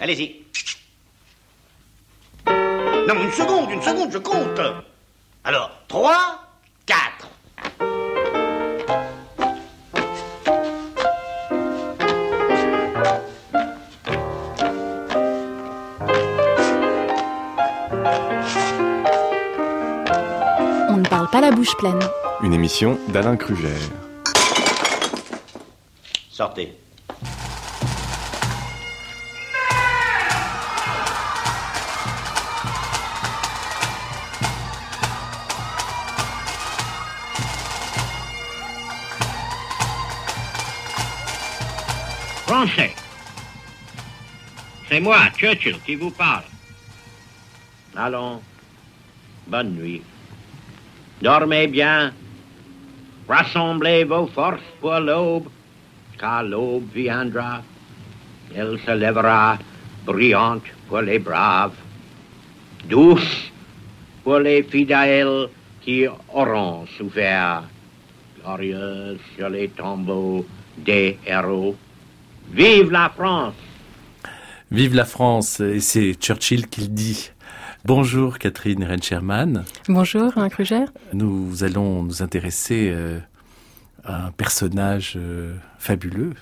Allez-y. Non, une seconde, je compte. Alors, 3, 4. On ne parle pas la bouche pleine. Une émission d'Alain Krugère. Sortez. Français. C'est moi, Churchill, qui vous parle. Allons, bonne nuit. Dormez bien. Rassemblez vos forces pour l'aube, car l'aube viendra. Elle se lèvera, brillante pour les braves, douce pour les fidèles qui auront souffert, glorieuse sur les tombeaux des héros. Vive la France! Vive la France, et c'est Churchill qui le dit. Bonjour Catherine Ehrenschirman. Bonjour Alain Krugère. Nous allons nous intéresser à un personnage fabuleux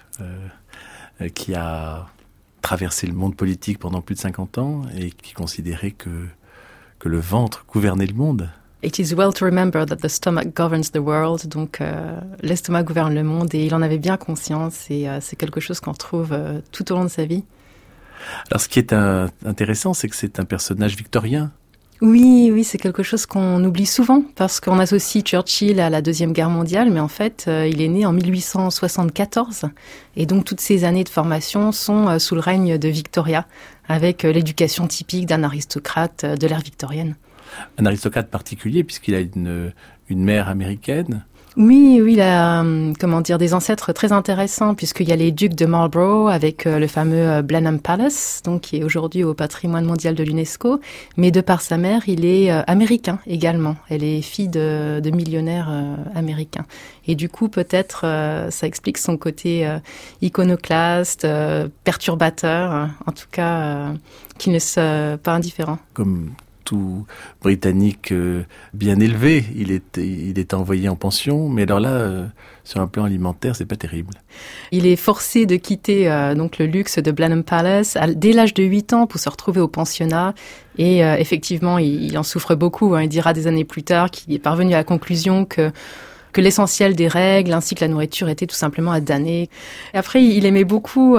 qui a traversé le monde politique pendant plus de 50 ans et qui considérait que le ventre gouvernait le monde. It is well to remember that the stomach governs the world. Donc, l'estomac gouverne le monde et il en avait bien conscience et c'est quelque chose qu'on retrouve tout au long de sa vie. Alors, ce qui est intéressant, c'est que c'est un personnage victorien. Oui, c'est quelque chose qu'on oublie souvent parce qu'on associe Churchill à la Deuxième Guerre mondiale, mais en fait, il est né en 1874 et donc toutes ces années de formation sont sous le règne de Victoria, avec l'éducation typique d'un aristocrate de l'ère victorienne. Un aristocrate particulier puisqu'il a une mère américaine. Oui, il a, des ancêtres très intéressants puisqu'il y a les ducs de Marlborough avec le fameux Blenheim Palace, donc qui est aujourd'hui au patrimoine mondial de l'UNESCO. Mais de par sa mère, il est américain également. Elle est fille de millionnaires américains. Et du coup, peut-être, ça explique son côté iconoclaste, perturbateur, en tout cas, qui ne laisse pas indifférent. Comme tout Britannique bien élevé, il est envoyé en pension, mais alors là, sur un plan alimentaire, c'est pas terrible. Il est forcé de quitter donc le luxe de Blenheim Palace dès l'âge de 8 ans pour se retrouver au pensionnat. Et effectivement, il en souffre beaucoup. Il dira des années plus tard qu'il est parvenu à la conclusion que l'essentiel des règles ainsi que la nourriture était tout simplement à damner. Et après, il aimait beaucoup,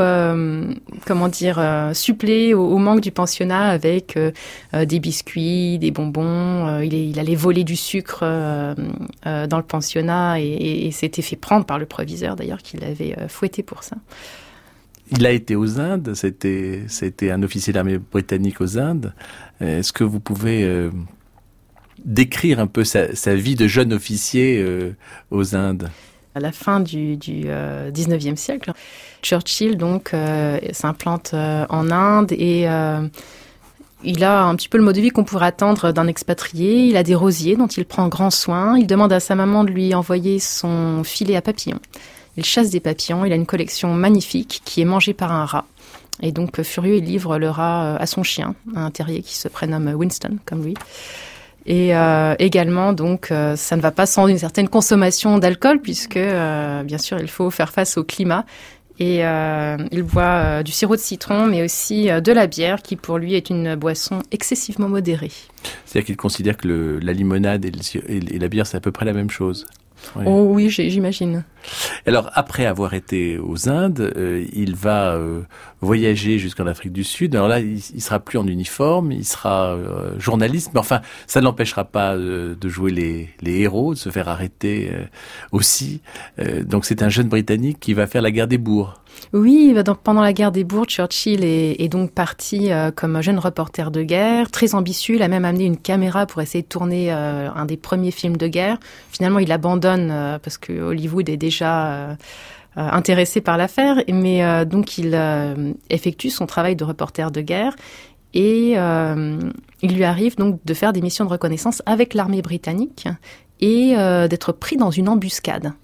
suppléer au manque du pensionnat avec des biscuits, des bonbons. Il allait voler du sucre dans le pensionnat et s'était fait prendre par le proviseur d'ailleurs qui l'avait fouetté pour ça. Il a été aux Indes, c'était un officier de l'armée britannique aux Indes. Est-ce que vous pouvez décrire un peu sa vie de jeune officier aux Indes? À la fin du 19e siècle, Churchill donc s'implante en Inde et il a un petit peu le mode de vie qu'on pourrait attendre d'un expatrié. Il a des rosiers dont il prend grand soin. Il demande à sa maman de lui envoyer son filet à papillons. Il chasse des papillons. Il a une collection magnifique qui est mangée par un rat. Et donc, furieux, il livre le rat à son chien, un terrier qui se prénomme Winston, comme lui. Et également, donc, ça ne va pas sans une certaine consommation d'alcool, puisque, bien sûr, il faut faire face au climat. Et il boit du sirop de citron, mais aussi de la bière, qui pour lui est une boisson excessivement modérée. C'est-à-dire qu'il considère que la limonade et la bière, c'est à peu près la même chose. Oui. Oh oui, j'imagine. Alors, après avoir été aux Indes, il va voyager jusqu'en Afrique du Sud. Alors là, il sera plus en uniforme, il sera journaliste, mais enfin, ça ne l'empêchera pas de jouer les héros, de se faire arrêter aussi. Donc, c'est un jeune Britannique qui va faire la guerre des bourgs. Oui, donc pendant la guerre des bourgs, Churchill est donc parti comme jeune reporter de guerre, très ambitieux. Il a même amené une caméra pour essayer de tourner un des premiers films de guerre. Finalement, il abandonne parce que Hollywood est déjà intéressé par l'affaire. Mais donc, il effectue son travail de reporter de guerre. Et il lui arrive donc de faire des missions de reconnaissance avec l'armée britannique et d'être pris dans une embuscade.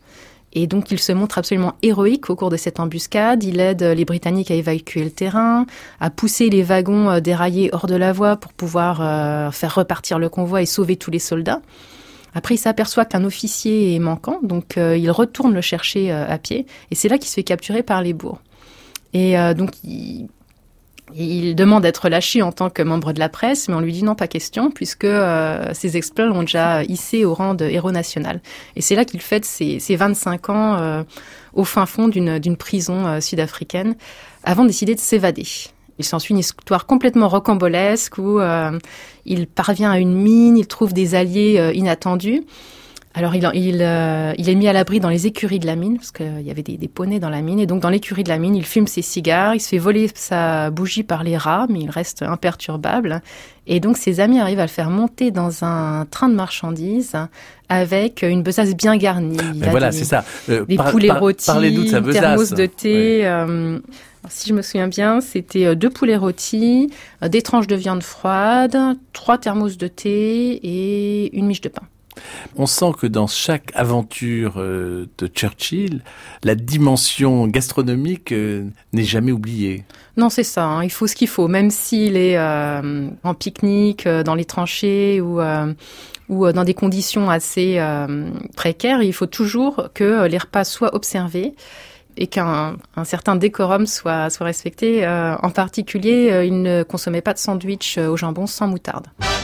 Et donc, il se montre absolument héroïque au cours de cette embuscade. Il aide les Britanniques à évacuer le terrain, à pousser les wagons déraillés hors de la voie pour pouvoir faire repartir le convoi et sauver tous les soldats. Après, il s'aperçoit qu'un officier est manquant, donc il retourne le chercher à pied. Et c'est là qu'il se fait capturer par les bourgs. Et donc, il demande d'être lâché en tant que membre de la presse, mais on lui dit non, pas question, puisque ses exploits l'ont déjà hissé au rang de héros national. Et c'est là qu'il fête ses 25 ans au fin fond d'une prison sud-africaine, avant de décider de s'évader. Il s'ensuit une histoire complètement rocambolesque où il parvient à une mine, il trouve des alliés inattendus. Alors, il est mis à l'abri dans les écuries de la mine, parce qu'il y avait des poneys dans la mine. Et donc, dans l'écurie de la mine, il fume ses cigares, il se fait voler sa bougie par les rats, mais il reste imperturbable. Et donc, ses amis arrivent à le faire monter dans un train de marchandises avec une besace bien garnie. Voilà, c'est ça. Des poulets rôtis, parlez-nous de sa besace. Thermos de thé. Ouais. Si je me souviens bien, c'était 2 poulets rôtis, des tranches de viande froide, 3 thermos de thé et une miche de pain. On sent que dans chaque aventure de Churchill, la dimension gastronomique n'est jamais oubliée. Non, c'est ça. Hein. Il faut ce qu'il faut. Même s'il est en pique-nique, dans les tranchées ou dans des conditions assez précaires, il faut toujours que les repas soient observés et qu'un certain décorum soit respecté. En particulier, il ne consommait pas de sandwich au jambon sans moutarde.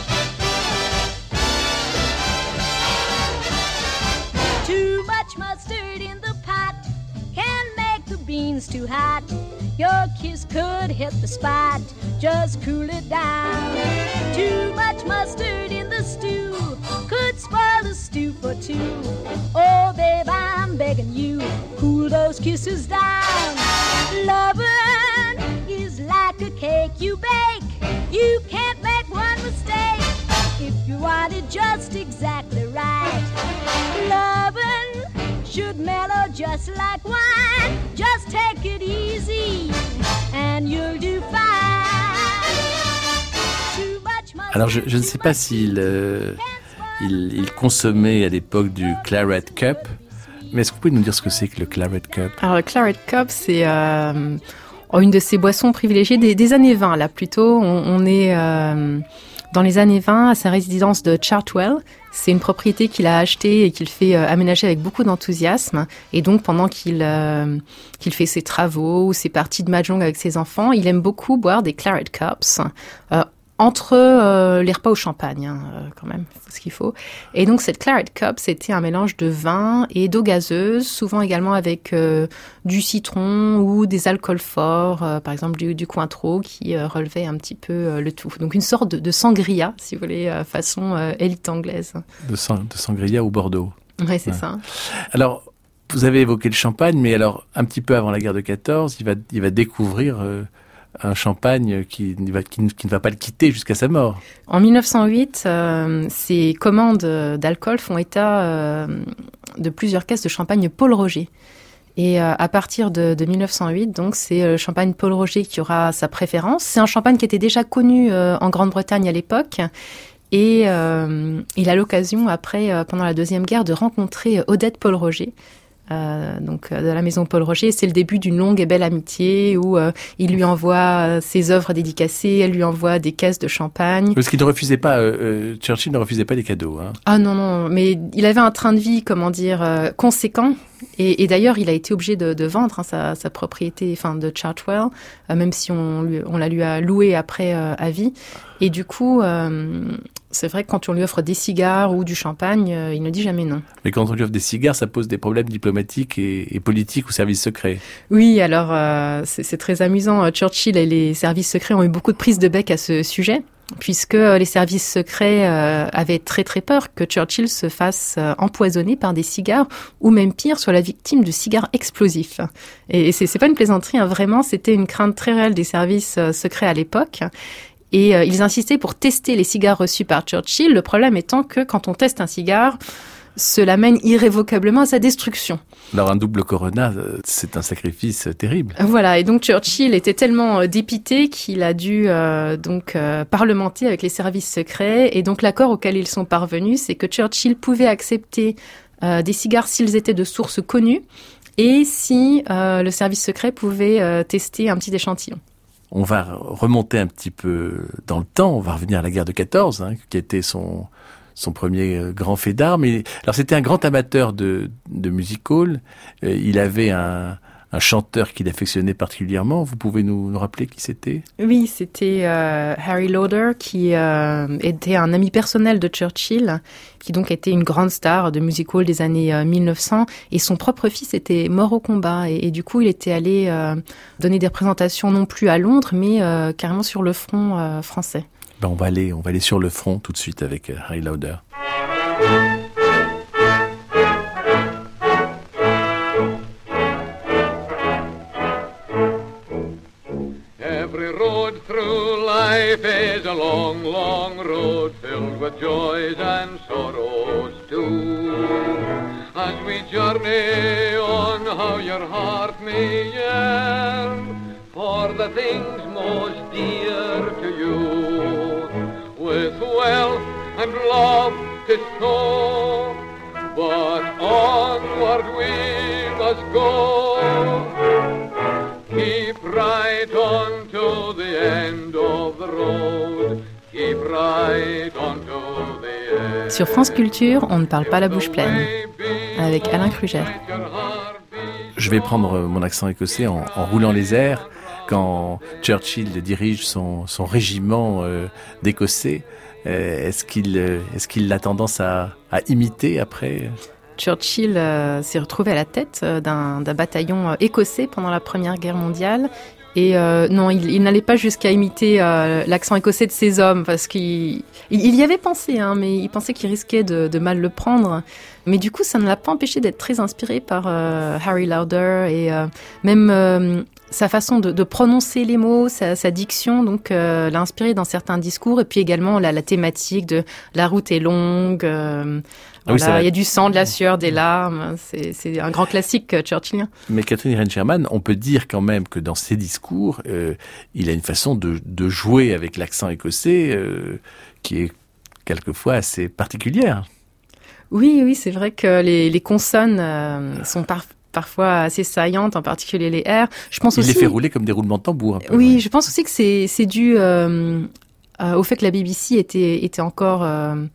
Mustard in the pot can make the beans too hot. Your kiss could hit the spot, just cool it down. Too much mustard in the stew could spoil the stew for two. Oh, babe, I'm begging you, cool those kisses down. Lovin' is like a cake you bake. You can't make one mistake if you want it just exactly right. Lovin' should mellow just like wine. Just take it easy and you'll do fine. Too much mustard. Alors, je ne sais pas s'il il consommait à l'époque du Claret Cup, mais est-ce que vous pouvez nous dire ce que c'est que le Claret Cup ? Alors, le Claret Cup, c'est une de ces boissons privilégiées des années 20, là, plutôt. On est dans les années 20 à sa résidence de Chartwell. C'est une propriété qu'il a achetée et qu'il fait aménager avec beaucoup d'enthousiasme. Et donc, pendant qu'il fait ses travaux ou ses parties de mahjong avec ses enfants, il aime beaucoup boire des Claret Cups. Entre les repas au champagne, quand même, il faut ce qu'il faut. Et donc, cette Claret Cup, c'était un mélange de vin et d'eau gazeuse, souvent également avec du citron ou des alcools forts, par exemple du Cointreau, qui relevait un petit peu le tout. Donc, une sorte de sangria, si vous voulez, façon élite anglaise. De sangria au Bordeaux. Oui, c'est ça. Alors, vous avez évoqué le champagne, mais alors, un petit peu avant la guerre de 14, il va découvrir un champagne qui ne va pas le quitter jusqu'à sa mort. En 1908, ses commandes d'alcool font état de plusieurs caisses de champagne Paul Roger. Et à partir de 1908, donc, c'est le champagne Paul Roger qui aura sa préférence. C'est un champagne qui était déjà connu en Grande-Bretagne à l'époque. Et il a l'occasion, après, pendant la Deuxième Guerre, de rencontrer Odette Paul Roger, de la maison Paul Roger. C'est le début d'une longue et belle amitié où il lui envoie ses œuvres dédicacées, elle lui envoie des caisses de champagne. Parce qu'il ne refusait pas, Churchill ne refusait pas les cadeaux. Hein. Ah non, mais il avait un train de vie, conséquent. Et d'ailleurs, il a été obligé de vendre sa propriété, de Chartwell, même si on la lui a louée après à vie. Et du coup, c'est vrai que quand on lui offre des cigares ou du champagne, il ne dit jamais non. Mais quand on lui offre des cigares, ça pose des problèmes diplomatiques et politiques aux services secrets. Oui, alors c'est très amusant. Churchill et les services secrets ont eu beaucoup de prises de bec à ce sujet, puisque les services secrets avaient très très peur que Churchill se fasse empoisonner par des cigares, ou même pire, soit la victime de cigares explosifs. Et c'est pas une plaisanterie, vraiment, c'était une crainte très réelle des services secrets à l'époque. Et ils insistaient pour tester les cigares reçus par Churchill, le problème étant que quand on teste un cigare, cela mène irrévocablement à sa destruction. Alors un double Corona, c'est un sacrifice terrible. Voilà, et donc Churchill était tellement dépité qu'il a dû parlementer avec les services secrets. Et donc l'accord auquel ils sont parvenus, c'est que Churchill pouvait accepter des cigares s'ils étaient de sources connues et si le service secret pouvait tester un petit échantillon. On va remonter un petit peu dans le temps, on va revenir à la guerre de 14, qui était son premier grand fait d'armes. Alors c'était un grand amateur de music hall, il avait un chanteur qu'il affectionnait particulièrement. Vous pouvez nous rappeler qui c'était ? Oui, c'était Harry Lauder, qui était un ami personnel de Churchill, qui donc était une grande star de music hall des années 1900. Et son propre fils était mort au combat. Et du coup, il était allé donner des représentations non plus à Londres, mais carrément sur le front français. Ben on va aller sur le front tout de suite avec Harry Lauder. Life is a long, long road filled with joys and sorrows too. As we journey on, how your heart may yearn for the things most dear to you. With wealth and love to show, but onward we must go. Keep right on to the end of the road. Keep right on to the end. Sur France Culture, on ne parle pas la bouche pleine, avec Alain Krugère. Je vais prendre mon accent écossais en roulant les airs. Quand Churchill dirige son régiment d'Écossais, est-ce qu'il a tendance à imiter après ? Churchill s'est retrouvé à la tête d'un bataillon écossais pendant la Première Guerre mondiale. Et non, il n'allait pas jusqu'à imiter l'accent écossais de ses hommes, parce qu'il y avait pensé, mais il pensait qu'il risquait de mal le prendre. Mais du coup, ça ne l'a pas empêché d'être très inspiré par Harry Lauder et même sa façon de prononcer les mots, sa diction, donc l'a inspiré dans certains discours. Et puis également la thématique de la route est longue. Voilà, il y a du sang, de la sueur, des larmes. C'est un grand classique churchillien. Mais Catherine Irène-Sherman, on peut dire quand même que dans ses discours, il a une façon de jouer avec l'accent écossais qui est quelquefois assez particulière. Oui, c'est vrai que les consonnes sont parfois assez saillantes, en particulier les R. Je pense aussi... Il les fait rouler comme des roulements de tambour. Un peu, oui, ouais. Je pense aussi que c'est dû au fait que la BBC était encore...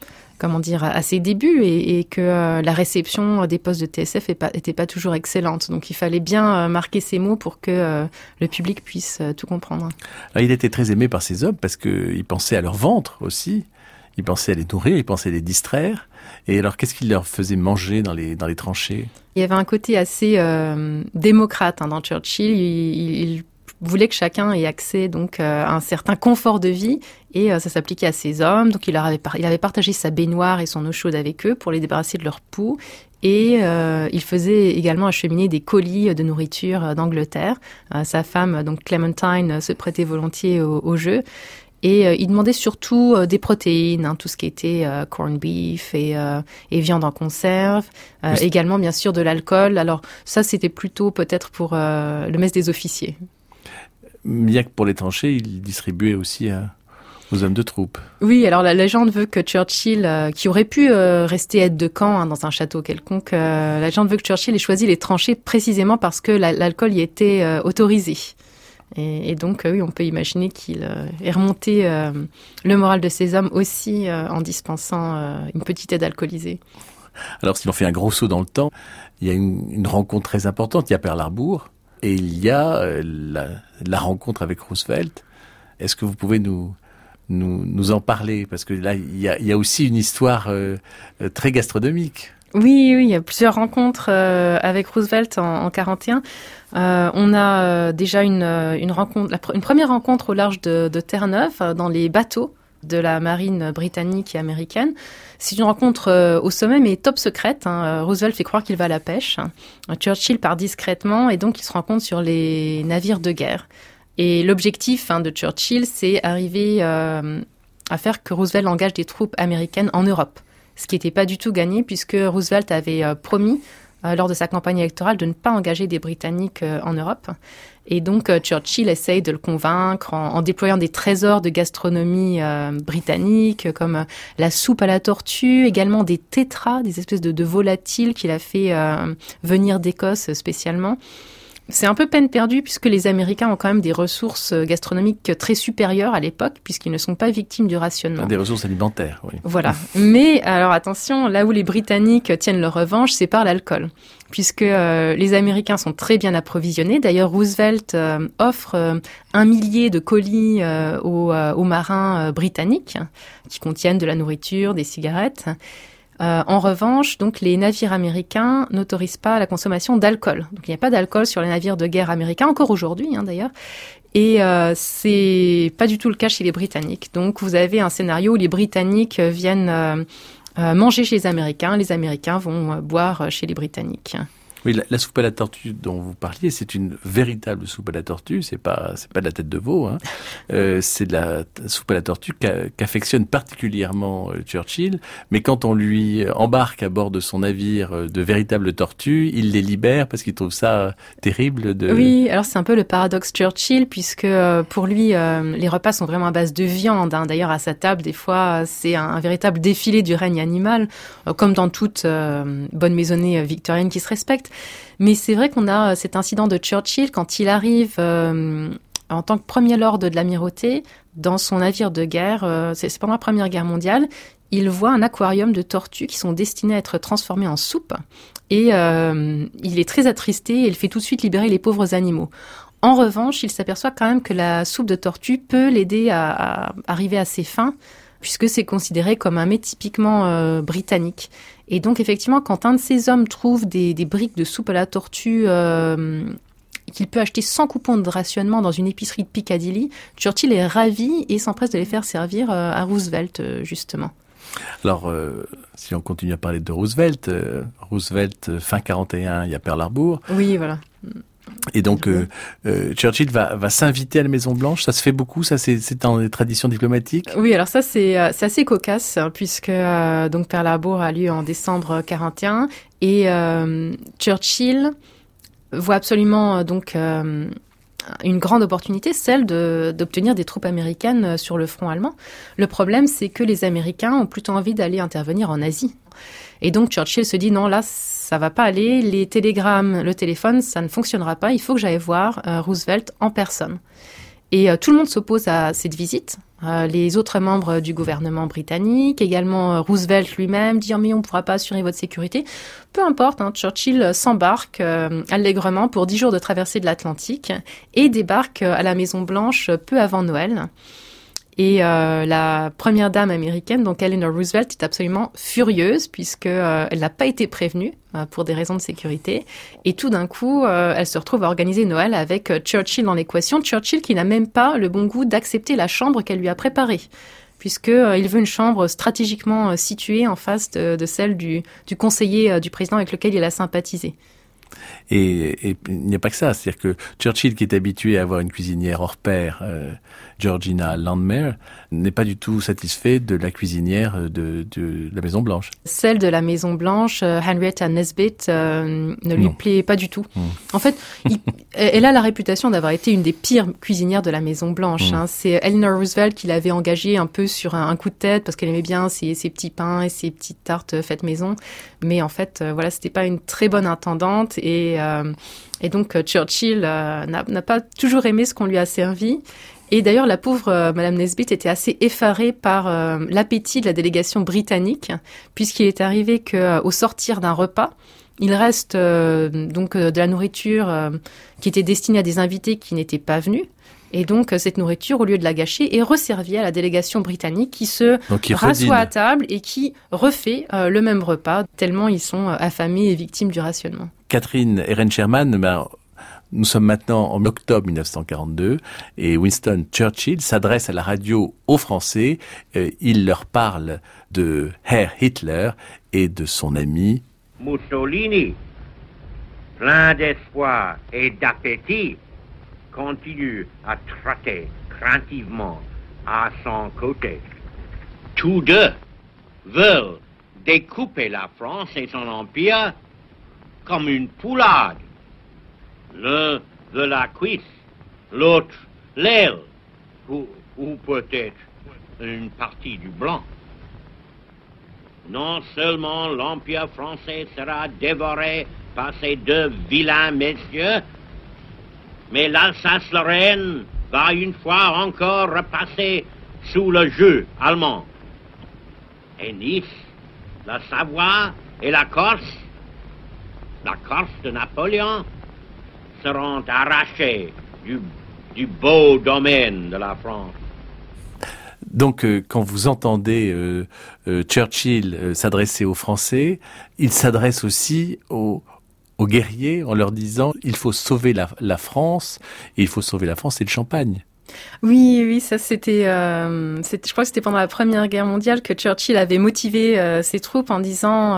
à ses débuts et que la réception des postes de TSF était pas toujours excellente. Donc il fallait bien marquer ces mots pour que le public puisse tout comprendre. Alors, il était très aimé par ses hommes parce qu'il pensait à leur ventre aussi. Il pensait à les nourrir, il pensait à les distraire. Et alors, qu'est-ce qu'il leur faisait manger dans les tranchées ? Il y avait un côté assez démocrate dans Churchill. Il voulait que chacun ait accès donc à un certain confort de vie et ça s'appliquait à ses hommes. Donc il avait partagé sa baignoire et son eau chaude avec eux pour les débarrasser de leur poux. Et il faisait également acheminer des colis de nourriture d'Angleterre. Sa femme, donc Clementine, se prêtait volontiers au jeu. Et il demandait surtout des protéines, tout ce qui était corned beef et viande en conserve. Également, bien sûr, de l'alcool. Alors ça, c'était plutôt peut-être pour le mess des officiers. Bien que pour les tranchées, il distribuait aussi aux hommes de troupe. Oui, alors la légende veut que Churchill, qui aurait pu rester aide de camp dans un château quelconque, la légende veut que Churchill ait choisi les tranchées précisément parce que l'alcool y était autorisé. Et donc, oui, on peut imaginer qu'il ait remonté le moral de ses hommes aussi en dispensant une petite aide alcoolisée. Alors, si l'on fait un gros saut dans le temps, il y a une rencontre très importante. Il y a Pearl Harbor et il y a la rencontre avec Roosevelt. Est-ce que vous pouvez nous en parler ? Parce que là, il y a aussi une histoire très gastronomique. Oui, il y a plusieurs rencontres avec Roosevelt en 41. On a déjà une première rencontre au large de Terre-Neuve, dans les bateaux de la marine britannique et américaine. C'est une rencontre au sommet, mais top secrète. Roosevelt fait croire qu'il va à la pêche. Churchill part discrètement et donc il se rencontre sur les navires de guerre. Et l'objectif de Churchill, c'est arriver à faire que Roosevelt engage des troupes américaines en Europe. Ce qui n'était pas du tout gagné puisque Roosevelt avait promis lors de sa campagne électorale, de ne pas engager des Britanniques en Europe. Et donc, Churchill essaye de le convaincre en déployant des trésors de gastronomie britannique, comme la soupe à la tortue, également des tétras, des espèces de volatiles qu'il a fait venir d'Écosse spécialement. C'est un peu peine perdue puisque les Américains ont quand même des ressources gastronomiques très supérieures à l'époque puisqu'ils ne sont pas victimes du rationnement. Des ressources alimentaires, oui. Voilà. Mais alors attention, là où les Britanniques tiennent leur revanche, c'est par l'alcool. Puisque les Américains sont très bien approvisionnés. D'ailleurs, Roosevelt offre 1 millier de colis aux marins britanniques qui contiennent de la nourriture, des cigarettes. En revanche, donc, les navires américains n'autorisent pas la consommation d'alcool. Donc, il n'y a pas d'alcool sur les navires de guerre américains, encore aujourd'hui, d'ailleurs. Et c'est pas du tout le cas chez les Britanniques. Donc, vous avez un scénario où les Britanniques viennent manger chez les Américains vont boire chez les Britanniques. Oui, la soupe à la tortue dont vous parliez, c'est une véritable soupe à la tortue. C'est pas de la tête de veau. Hein. C'est de la soupe à la tortue qu'affectionne particulièrement Churchill. Mais quand on lui embarque à bord de son navire de véritables tortues, il les libère parce qu'il trouve ça terrible. Oui, alors c'est un peu le paradoxe Churchill puisque pour lui, les repas sont vraiment à base de viande. Hein. D'ailleurs, à sa table, des fois, c'est un véritable défilé du règne animal, comme dans toute bonne maisonnée victorienne qui se respecte. Mais c'est vrai qu'on a cet incident de Churchill quand il arrive en tant que premier lord de l'amirauté dans son navire de guerre. C'est pendant la Première Guerre mondiale. Il voit un aquarium de tortues qui sont destinées à être transformées en soupe. Et il est très attristé et il fait tout de suite libérer les pauvres animaux. En revanche, il s'aperçoit quand même que la soupe de tortue peut l'aider à arriver à ses fins, puisque c'est considéré comme un mets typiquement britannique. Et donc, effectivement, quand un de ces hommes trouve des briques de soupe à la tortue qu'il peut acheter sans coupon de rationnement dans une épicerie de Piccadilly, Churchill est ravi et s'empresse de les faire servir à Roosevelt, justement. Alors, si on continue à parler de Roosevelt, fin 41, il y a Pearl Harbor. Oui, voilà. Et donc, Churchill va s'inviter à la Maison-Blanche. Ça se fait beaucoup, ça, c'est dans les traditions diplomatiques. Oui, alors ça, c'est assez cocasse, hein, puisque donc Pearl Harbor a lieu en décembre 41. Et Churchill voit absolument donc une grande opportunité, celle d'obtenir des troupes américaines sur le front allemand. Le problème, c'est que les Américains ont plutôt envie d'aller intervenir en Asie. Et donc Churchill se dit non, là, ça va pas aller. Les télégrammes, le téléphone, ça ne fonctionnera pas. Il faut que j'aille voir Roosevelt en personne. Et tout le monde s'oppose à cette visite. Les autres membres du gouvernement britannique, également Roosevelt lui-même, dit mais on ne pourra pas assurer votre sécurité. Peu importe, hein, Churchill s'embarque allègrement pour 10 jours de traversée de l'Atlantique et débarque à la Maison-Blanche peu avant Noël. Et la première dame américaine, donc Eleanor Roosevelt, est absolument furieuse puisqu'elle n'a pas été prévenue pour des raisons de sécurité. Et tout d'un coup, elle se retrouve à organiser Noël avec Churchill dans l'équation. Churchill qui n'a même pas le bon goût d'accepter la chambre qu'elle lui a préparée, puisqu'il veut une chambre stratégiquement située en face de celle du conseiller du président avec lequel il a sympathisé. Et il n'y a pas que ça, c'est-à-dire que Churchill, qui est habitué à avoir une cuisinière hors pair, Georgina Landmer, n'est pas du tout satisfait de la cuisinière de la Maison-Blanche. Celle de la Maison-Blanche, Henrietta Nesbitt, ne lui plaît pas du tout. En fait, elle a la réputation d'avoir été une des pires cuisinières de la Maison-Blanche. Hein. C'est Eleanor Roosevelt qui l'avait engagée un peu sur un coup de tête parce qu'elle aimait bien ses petits pains et ses petites tartes faites maison. Mais en fait, voilà, c'était pas une très bonne intendante et donc Churchill n'a pas toujours aimé ce qu'on lui a servi. Et d'ailleurs, la pauvre Madame Nesbitt était assez effarée par l'appétit de la délégation britannique, puisqu'il est arrivé qu'au sortir d'un repas, il reste donc de la nourriture qui était destinée à des invités qui n'étaient pas venus. Et donc, cette nourriture, au lieu de la gâcher, est resservie à la délégation britannique qui se rassoit à table et qui refait le même repas, tellement ils sont affamés et victimes du rationnement. Catherine Ehrenschirman, nous sommes maintenant en octobre 1942 et Winston Churchill s'adresse à la radio aux Français. Il leur parle de Herr Hitler et de son ami Mussolini, plein d'espoir et d'appétit, continue à traquer craintivement à son côté. Tous deux veulent découper la France et son empire comme une poulade. L'un veut la cuisse, l'autre l'aile, ou peut-être une partie du blanc. Non seulement l'Empire français sera dévoré par ces deux vilains messieurs, mais l'Alsace-Lorraine va une fois encore repasser sous le joug allemand. Et Nice, la Savoie et la Corse de Napoléon, seront arrachés du beau domaine de la France. Donc, quand vous entendez Churchill s'adresser aux Français, il s'adresse aussi aux guerriers en leur disant « il faut sauver la France, et il faut sauver la France et le Champagne ». Oui, ça c'était, je crois que c'était pendant la Première Guerre mondiale que Churchill avait motivé ses troupes en disant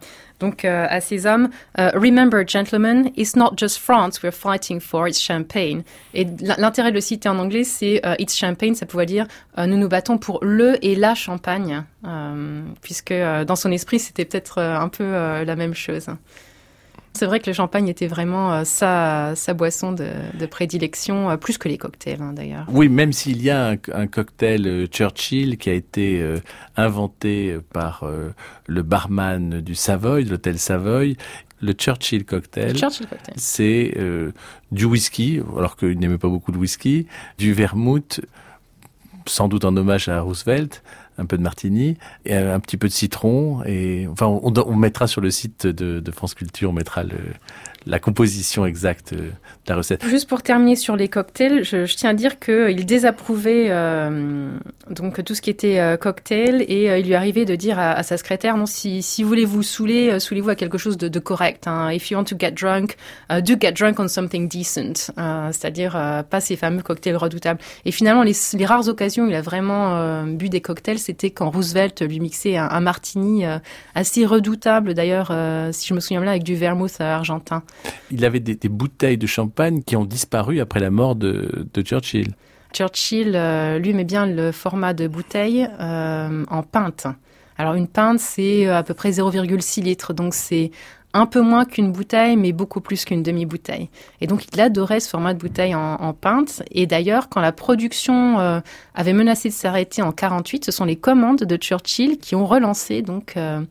à ses hommes Remember, gentlemen, it's not just France we're fighting for, it's Champagne. Et l'intérêt de le citer en anglais, c'est it's Champagne, ça pouvait dire nous nous battons pour le et la Champagne, puisque dans son esprit c'était peut-être un peu la même chose. C'est vrai que le champagne était vraiment sa boisson de prédilection, plus que les cocktails d'ailleurs. Oui, même s'il y a un cocktail Churchill qui a été inventé par le barman du Savoy, de l'hôtel Savoy, le Churchill cocktail, c'est du whisky, alors qu'il n'aimait pas beaucoup de whisky, du vermouth, sans doute en hommage à Roosevelt, un peu de martini, et un petit peu de citron. Et enfin, on mettra sur le site de France Culture, on mettra la composition exacte de la recette. Juste pour terminer sur les cocktails, je tiens à dire qu'il désapprouvait donc tout ce qui était cocktail, et il lui arrivait de dire à sa secrétaire non, si vous voulez vous saouler, saoulez-vous à quelque chose de correct. Hein. If you want to get drunk, do get drunk on something decent. C'est-à-dire pas ces fameux cocktails redoutables. Et finalement, les rares occasions où il a vraiment bu des cocktails, c'était quand Roosevelt lui mixait un martini assez redoutable, d'ailleurs, si je me souviens bien, avec du vermouth argentin. Il avait des bouteilles de champagne qui ont disparu après la mort de Churchill. Churchill, lui, aimait bien le format de bouteille en pinte. Alors, une pinte, c'est à peu près 0,6 litres. Donc, c'est un peu moins qu'une bouteille, mais beaucoup plus qu'une demi-bouteille. Et donc, il adorait ce format de bouteille en pinte. Et d'ailleurs, quand la production avait menacé de s'arrêter en 1948, ce sont les commandes de Churchill qui ont relancé donc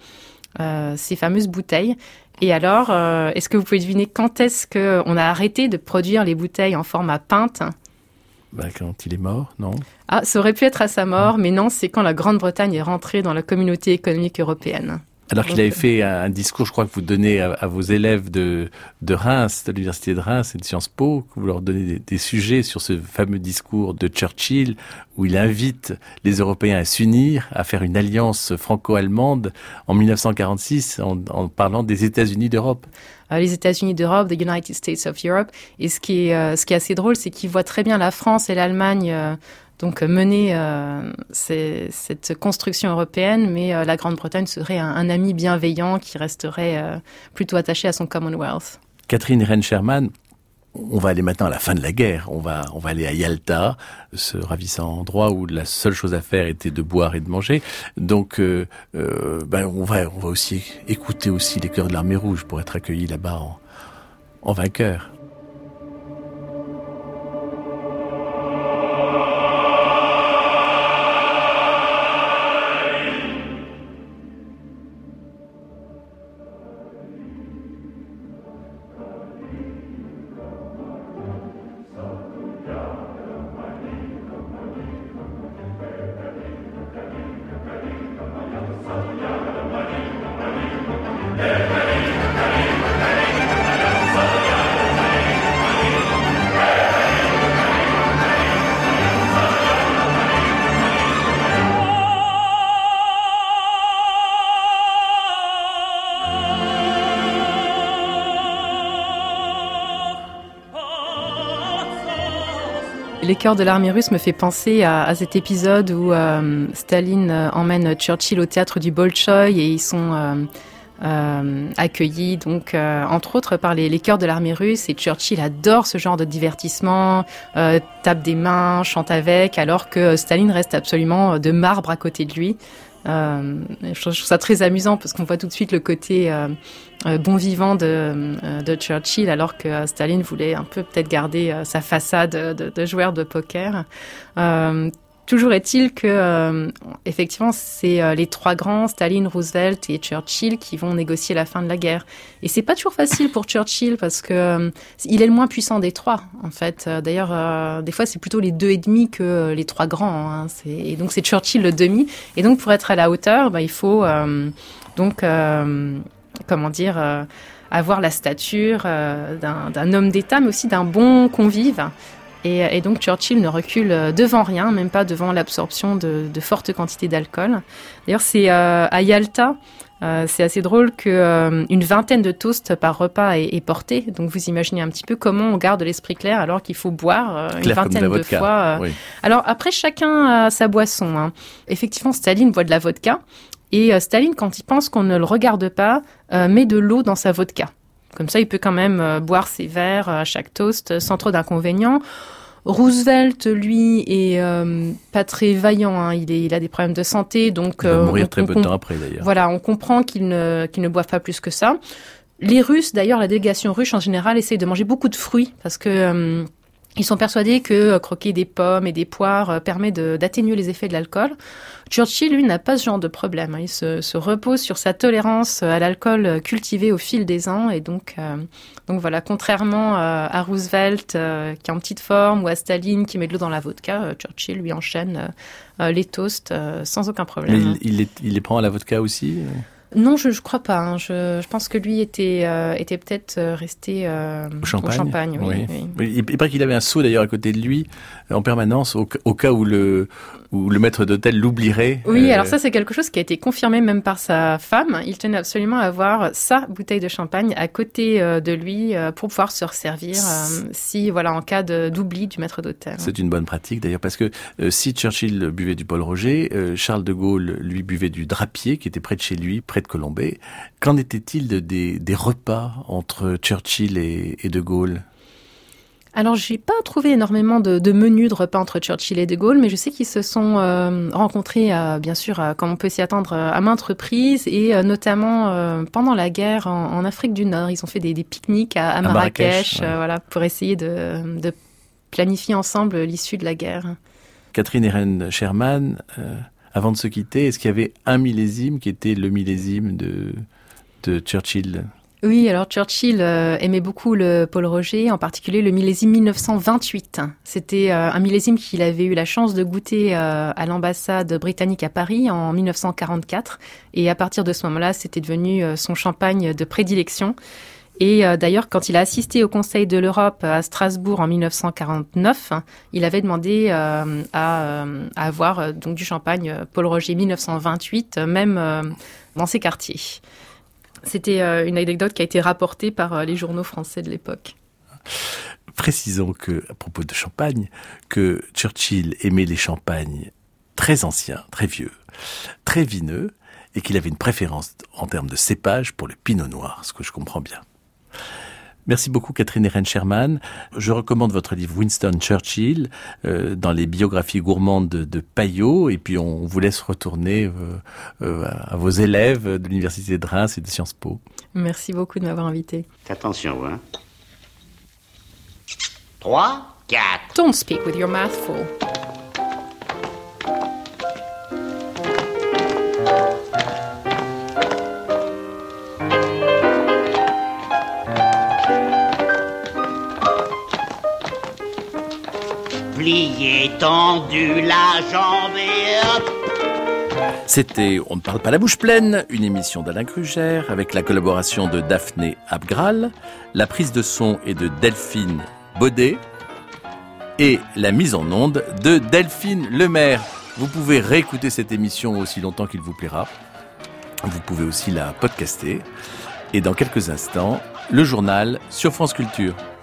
ces fameuses bouteilles. Et alors, est-ce que vous pouvez deviner quand est-ce qu'on a arrêté de produire les bouteilles en format pinte ? Quand il est mort, non ? Ah, ça aurait pu être à sa mort, mais non, c'est quand la Grande-Bretagne est rentrée dans la communauté économique européenne. Alors qu'il avait fait un discours, je crois que vous donnez à vos élèves de Reims, de l'université de Reims et de Sciences Po, que vous leur donnez des sujets sur ce fameux discours de Churchill, où il invite les Européens à s'unir, à faire une alliance franco-allemande en 1946, en parlant des États-Unis d'Europe. Les États-Unis d'Europe, the United States of Europe. Et ce qui est assez drôle, c'est qu'il voit très bien la France et l'Allemagne donc mener cette construction européenne, mais la Grande-Bretagne serait un ami bienveillant qui resterait plutôt attaché à son Commonwealth. Catherine Irène-Sherman, on va aller maintenant à la fin de la guerre. On va aller à Yalta, ce ravissant endroit où la seule chose à faire était de boire et de manger. Donc, on va aussi écouter aussi les chœurs de l'Armée Rouge pour être accueillis là-bas en vainqueur. Les chœurs de l'armée russe me fait penser à cet épisode où Staline emmène Churchill au théâtre du Bolchoï et ils sont accueillis donc entre autres par les chœurs de l'armée russe, et Churchill adore ce genre de divertissement, tape des mains, chante avec, alors que Staline reste absolument de marbre à côté de lui. Je trouve ça très amusant parce qu'on voit tout de suite le côté bon vivant de Churchill, alors que Staline voulait un peu peut-être garder sa façade de joueur de poker. Toujours est-il que, effectivement, c'est les trois grands, Staline, Roosevelt et Churchill, qui vont négocier la fin de la guerre. Et c'est pas toujours facile pour Churchill parce que il est le moins puissant des trois, en fait. D'ailleurs, des fois, c'est plutôt les deux et demi que les trois grands. Hein. Et donc, c'est Churchill le demi. Et donc, pour être à la hauteur, il faut avoir la stature d'un homme d'État, mais aussi d'un bon convive. Et donc Churchill ne recule devant rien, même pas devant l'absorption de fortes quantités d'alcool. D'ailleurs, c'est à Yalta, c'est assez drôle qu'une vingtaine de toasts par repas est porté. Donc vous imaginez un petit peu comment on garde l'esprit clair alors qu'il faut boire une vingtaine de fois. Oui. Alors après, chacun a sa boisson. Hein. Effectivement, Staline boit de la vodka. Et Staline, quand il pense qu'on ne le regarde pas, met de l'eau dans sa vodka. Comme ça, il peut quand même boire ses verres à chaque toast sans trop d'inconvénients. Roosevelt, lui, est pas très vaillant. Hein. Il a des problèmes de santé, donc il va mourir très peu de temps après, d'ailleurs. Voilà, on comprend qu'il ne boive pas plus que ça. Les Russes, d'ailleurs, la délégation russe en général, essaye de manger beaucoup de fruits parce que ils sont persuadés que croquer des pommes et des poires permet d'atténuer les effets de l'alcool. Churchill, lui, n'a pas ce genre de problème. Il se repose sur sa tolérance à l'alcool cultivée au fil des ans. Et donc voilà, contrairement à Roosevelt, qui est en petite forme, ou à Staline, qui met de l'eau dans la vodka, Churchill, lui, enchaîne les toasts sans aucun problème. Mais il les prend à la vodka aussi Non, je crois pas. Hein. Je pense que lui était peut-être resté au champagne. Oui. Il paraît qu'il avait un seau d'ailleurs à côté de lui en permanence au cas où le maître d'hôtel l'oublierait. Oui, alors ça c'est quelque chose qui a été confirmé même par sa femme. Il tenait absolument à avoir sa bouteille de champagne à côté de lui pour pouvoir se resservir en cas d'oubli du maître d'hôtel. C'est une bonne pratique d'ailleurs parce que si Churchill buvait du Paul Roger, Charles de Gaulle lui buvait du Drapier qui était près de chez lui, près de Colombey. Qu'en était-il des repas entre Churchill et de Gaulle ? Alors, j'ai pas trouvé énormément de menus de repas entre Churchill et de Gaulle, mais je sais qu'ils se sont rencontrés, bien sûr, comme on peut s'y attendre, à maintes reprises, et notamment pendant la guerre en Afrique du Nord. Ils ont fait des pique-niques à Marrakech, ouais. Pour essayer de planifier ensemble l'issue de la guerre. Catherine Irène Sherman, avant de se quitter, est-ce qu'il y avait un millésime qui était le millésime de Churchill ? Oui, alors Churchill aimait beaucoup le Paul Roger, en particulier le millésime 1928. C'était un millésime qu'il avait eu la chance de goûter à l'ambassade britannique à Paris en 1944. Et à partir de ce moment-là, c'était devenu son champagne de prédilection. Et d'ailleurs, quand il a assisté au Conseil de l'Europe à Strasbourg en 1949, il avait demandé à avoir donc du champagne Paul Roger 1928, même dans ses quartiers. C'était une anecdote qui a été rapportée par les journaux français de l'époque. Précisons que, à propos de champagne, que Churchill aimait les champagnes très anciens, très vieux, très vineux, et qu'il avait une préférence en termes de cépage pour le pinot noir, ce que je comprends bien. Merci beaucoup Catherine Irène Sherman. Je recommande votre livre Winston Churchill dans les biographies gourmandes de Payot, et puis on vous laisse retourner à vos élèves de l'Université de Reims et de Sciences Po. Merci beaucoup de m'avoir invité. Attention, hein. 3, 4. Don't speak with your mouth full. Plié, tendu, la jambe et hop. C'était On ne parle pas la bouche pleine, une émission d'Alain Krugère avec la collaboration de Daphné Abgral, la prise de son est de Delphine Baudet et la mise en onde de Delphine Lemaire. Vous pouvez réécouter cette émission aussi longtemps qu'il vous plaira. Vous pouvez aussi la podcaster. Et dans quelques instants, le journal sur France Culture.